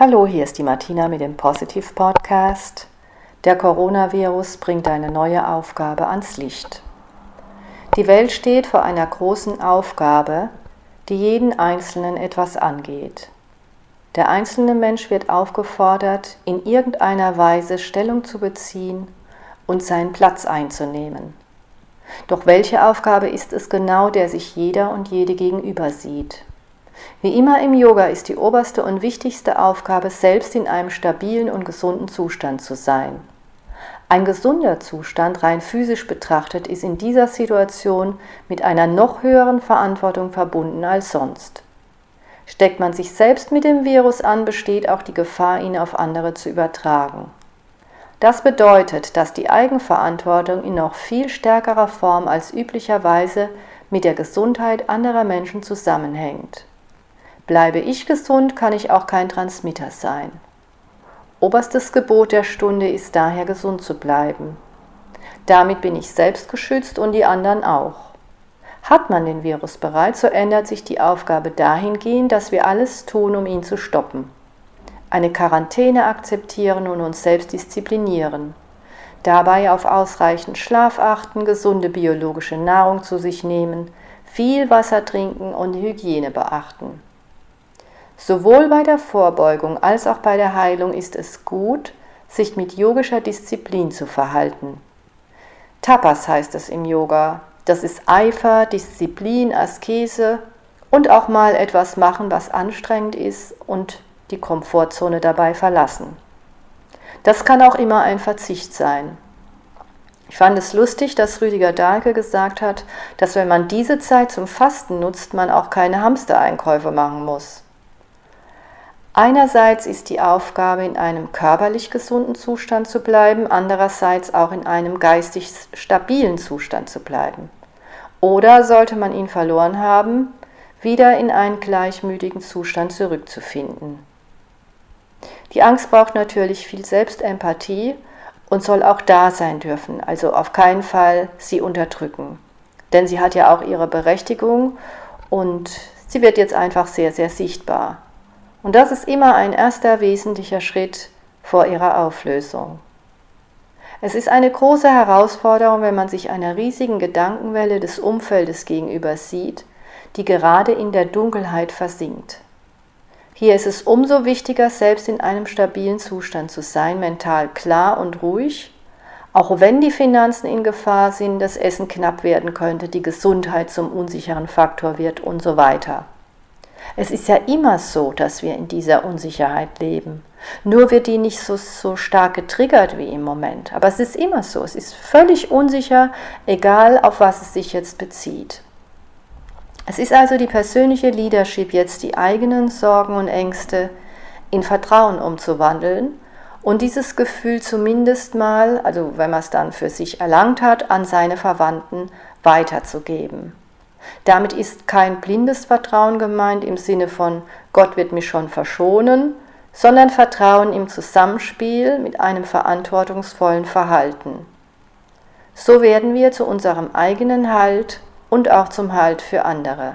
Hallo, hier ist die Martina mit dem Positive Podcast. Der Coronavirus bringt eine neue Aufgabe ans Licht. Die Welt steht vor einer großen Aufgabe, die jeden Einzelnen etwas angeht. Der einzelne Mensch wird aufgefordert, in irgendeiner Weise Stellung zu beziehen und seinen Platz einzunehmen. Doch welche Aufgabe ist es genau, der sich jeder und jede gegenüber sieht? Wie immer im Yoga ist die oberste und wichtigste Aufgabe, selbst in einem stabilen und gesunden Zustand zu sein. Ein gesunder Zustand, rein physisch betrachtet, ist in dieser Situation mit einer noch höheren Verantwortung verbunden als sonst. Steckt man sich selbst mit dem Virus an, besteht auch die Gefahr, ihn auf andere zu übertragen. Das bedeutet, dass die Eigenverantwortung in noch viel stärkerer Form als üblicherweise mit der Gesundheit anderer Menschen zusammenhängt. Bleibe ich gesund, kann ich auch kein Transmitter sein. Oberstes Gebot der Stunde ist daher, gesund zu bleiben. Damit bin ich selbst geschützt und die anderen auch. Hat man den Virus bereits, so ändert sich die Aufgabe dahingehend, dass wir alles tun, um ihn zu stoppen. Eine Quarantäne akzeptieren und uns selbst disziplinieren. Dabei auf ausreichend Schlaf achten, gesunde biologische Nahrung zu sich nehmen, viel Wasser trinken und Hygiene beachten. Sowohl bei der Vorbeugung als auch bei der Heilung ist es gut, sich mit yogischer Disziplin zu verhalten. Tapas heißt es im Yoga. Das ist Eifer, Disziplin, Askese und auch mal etwas machen, was anstrengend ist und die Komfortzone dabei verlassen. Das kann auch immer ein Verzicht sein. Ich fand es lustig, dass Rüdiger Dahlke gesagt hat, dass wenn man diese Zeit zum Fasten nutzt, man auch keine Hamstereinkäufe machen muss. Einerseits ist die Aufgabe, in einem körperlich gesunden Zustand zu bleiben, andererseits auch in einem geistig stabilen Zustand zu bleiben. Oder sollte man ihn verloren haben, wieder in einen gleichmütigen Zustand zurückzufinden. Die Angst braucht natürlich viel Selbstempathie und soll auch da sein dürfen, also auf keinen Fall sie unterdrücken. Denn sie hat ja auch ihre Berechtigung und sie wird jetzt einfach sehr, sehr sichtbar. Und das ist immer ein erster wesentlicher Schritt vor ihrer Auflösung. Es ist eine große Herausforderung, wenn man sich einer riesigen Gedankenwelle des Umfeldes gegenüber sieht, die gerade in der Dunkelheit versinkt. Hier ist es umso wichtiger, selbst in einem stabilen Zustand zu sein, mental klar und ruhig, auch wenn die Finanzen in Gefahr sind, das Essen knapp werden könnte, die Gesundheit zum unsicheren Faktor wird und so weiter. Es ist ja immer so, dass wir in dieser Unsicherheit leben. Nur wird die nicht so stark getriggert wie im Moment. Aber es ist immer so. Es ist völlig unsicher, egal auf was es sich jetzt bezieht. Es ist also die persönliche Leadership, jetzt die eigenen Sorgen und Ängste in Vertrauen umzuwandeln und dieses Gefühl zumindest mal, also wenn man es dann für sich erlangt hat, an seine Verwandten weiterzugeben. Damit ist kein blindes Vertrauen gemeint im Sinne von Gott wird mich schon verschonen, sondern Vertrauen im Zusammenspiel mit einem verantwortungsvollen Verhalten. So werden wir zu unserem eigenen Halt und auch zum Halt für andere.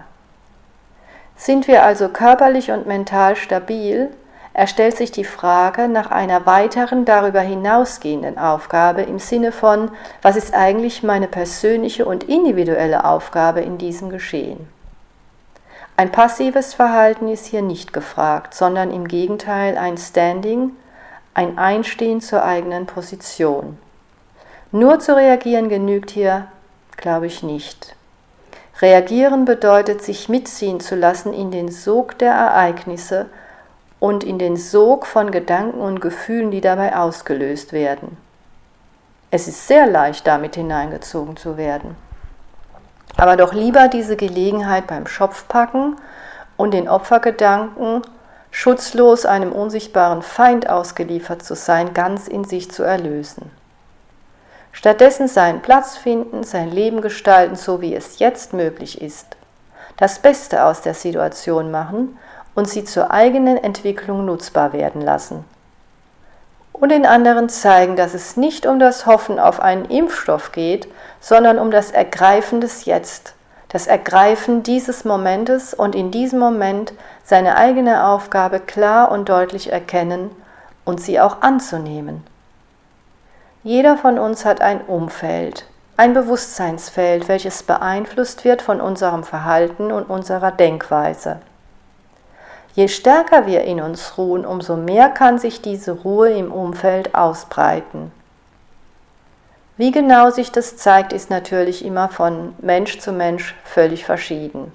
Sind wir also körperlich und mental stabil, erstellt sich die Frage nach einer weiteren, darüber hinausgehenden Aufgabe im Sinne von, was ist eigentlich meine persönliche und individuelle Aufgabe in diesem Geschehen? Ein passives Verhalten ist hier nicht gefragt, sondern im Gegenteil ein Standing, ein Einstehen zur eigenen Position. Nur zu reagieren genügt hier, glaube ich, nicht. Reagieren bedeutet, sich mitziehen zu lassen in den Sog der Ereignisse und in den Sog von Gedanken und Gefühlen, die dabei ausgelöst werden. Es ist sehr leicht, damit hineingezogen zu werden. Aber doch lieber diese Gelegenheit beim Schopf packen und den Opfergedanken, schutzlos einem unsichtbaren Feind ausgeliefert zu sein, ganz in sich zu erlösen. Stattdessen seinen Platz finden, sein Leben gestalten, so wie es jetzt möglich ist. Das Beste aus der Situation machen und sie zur eigenen Entwicklung nutzbar werden lassen. Und den anderen zeigen, dass es nicht um das Hoffen auf einen Impfstoff geht, sondern um das Ergreifen des Jetzt, Das Ergreifen dieses Momentes und in diesem Moment seine eigene Aufgabe klar und deutlich erkennen und sie auch anzunehmen. Jeder von uns hat ein Umfeld, ein Bewusstseinsfeld, welches beeinflusst wird von unserem Verhalten und unserer Denkweise. Je stärker wir in uns ruhen, umso mehr kann sich diese Ruhe im Umfeld ausbreiten. Wie genau sich das zeigt, ist natürlich immer von Mensch zu Mensch völlig verschieden.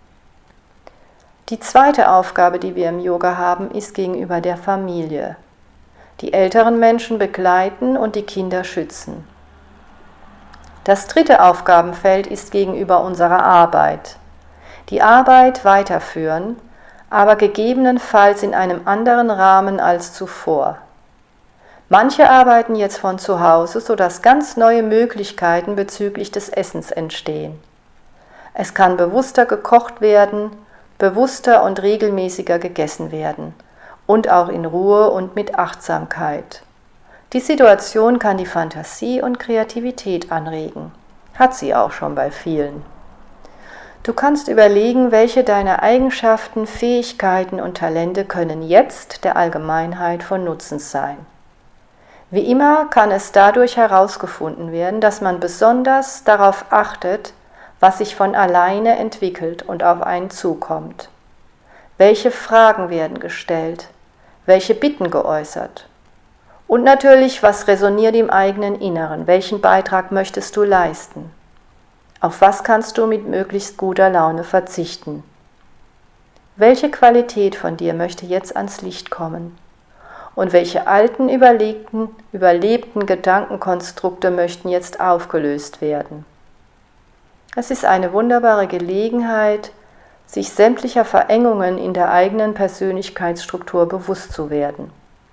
Die zweite Aufgabe, die wir im Yoga haben, ist gegenüber der Familie. Die älteren Menschen begleiten und die Kinder schützen. Das dritte Aufgabenfeld ist gegenüber unserer Arbeit. Die Arbeit weiterführen, aber gegebenenfalls in einem anderen Rahmen als zuvor. Manche arbeiten jetzt von zu Hause, sodass ganz neue Möglichkeiten bezüglich des Essens entstehen. Es kann bewusster gekocht werden, bewusster und regelmäßiger gegessen werden und auch in Ruhe und mit Achtsamkeit. Die Situation kann die Fantasie und Kreativität anregen. Hat sie auch schon bei vielen. Du kannst überlegen, welche deiner Eigenschaften, Fähigkeiten und Talente können jetzt der Allgemeinheit von Nutzen sein. Wie immer kann es dadurch herausgefunden werden, dass man besonders darauf achtet, was sich von alleine entwickelt und auf einen zukommt. Welche Fragen werden gestellt? Welche Bitten geäußert? Und natürlich, was resoniert im eigenen Inneren? Welchen Beitrag möchtest du leisten? Auf was kannst du mit möglichst guter Laune verzichten? Welche Qualität von dir möchte jetzt ans Licht kommen? Und welche alten, überlebten Gedankenkonstrukte möchten jetzt aufgelöst werden? Es ist eine wunderbare Gelegenheit, sich sämtlicher Verengungen in der eigenen Persönlichkeitsstruktur bewusst zu werden.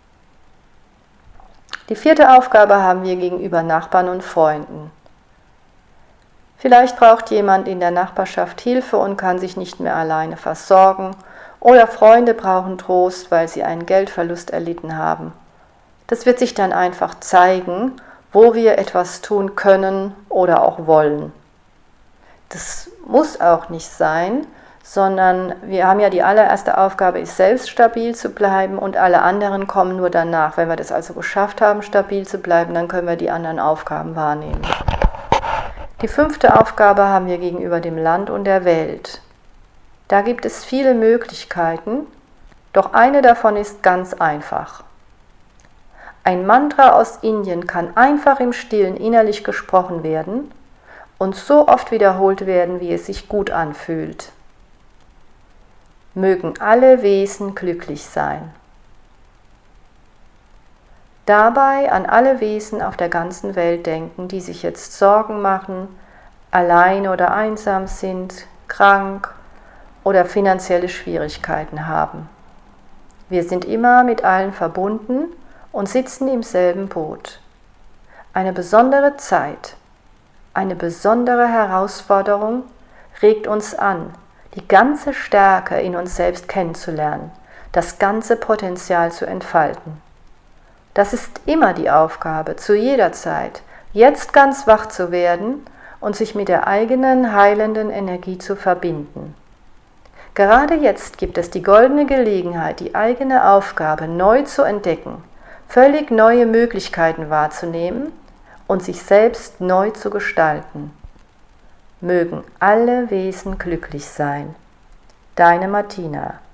Die vierte Aufgabe haben wir gegenüber Nachbarn und Freunden. Vielleicht braucht jemand in der Nachbarschaft Hilfe und kann sich nicht mehr alleine versorgen, oder Freunde brauchen Trost, weil sie einen Geldverlust erlitten haben. Das wird sich dann einfach zeigen, wo wir etwas tun können oder auch wollen. Das muss auch nicht sein, sondern wir haben ja die allererste Aufgabe, ist selbst stabil zu bleiben und alle anderen kommen nur danach. Wenn wir das also geschafft haben, stabil zu bleiben, dann können wir die anderen Aufgaben wahrnehmen. Die fünfte Aufgabe haben wir gegenüber dem Land und der Welt. Da gibt es viele Möglichkeiten, doch eine davon ist ganz einfach. Ein Mantra aus Indien kann einfach im Stillen innerlich gesprochen werden und so oft wiederholt werden, wie es sich gut anfühlt. Mögen alle Wesen glücklich sein. Dabei an alle Wesen auf der ganzen Welt denken, die sich jetzt Sorgen machen, allein oder einsam sind, krank oder finanzielle Schwierigkeiten haben. Wir sind immer mit allen verbunden und sitzen im selben Boot. Eine besondere Zeit, eine besondere Herausforderung regt uns an, die ganze Stärke in uns selbst kennenzulernen, das ganze Potenzial zu entfalten. Das ist immer die Aufgabe, zu jeder Zeit, jetzt ganz wach zu werden und sich mit der eigenen heilenden Energie zu verbinden. Gerade jetzt gibt es die goldene Gelegenheit, die eigene Aufgabe neu zu entdecken, völlig neue Möglichkeiten wahrzunehmen und sich selbst neu zu gestalten. Mögen alle Wesen glücklich sein. Deine Martina.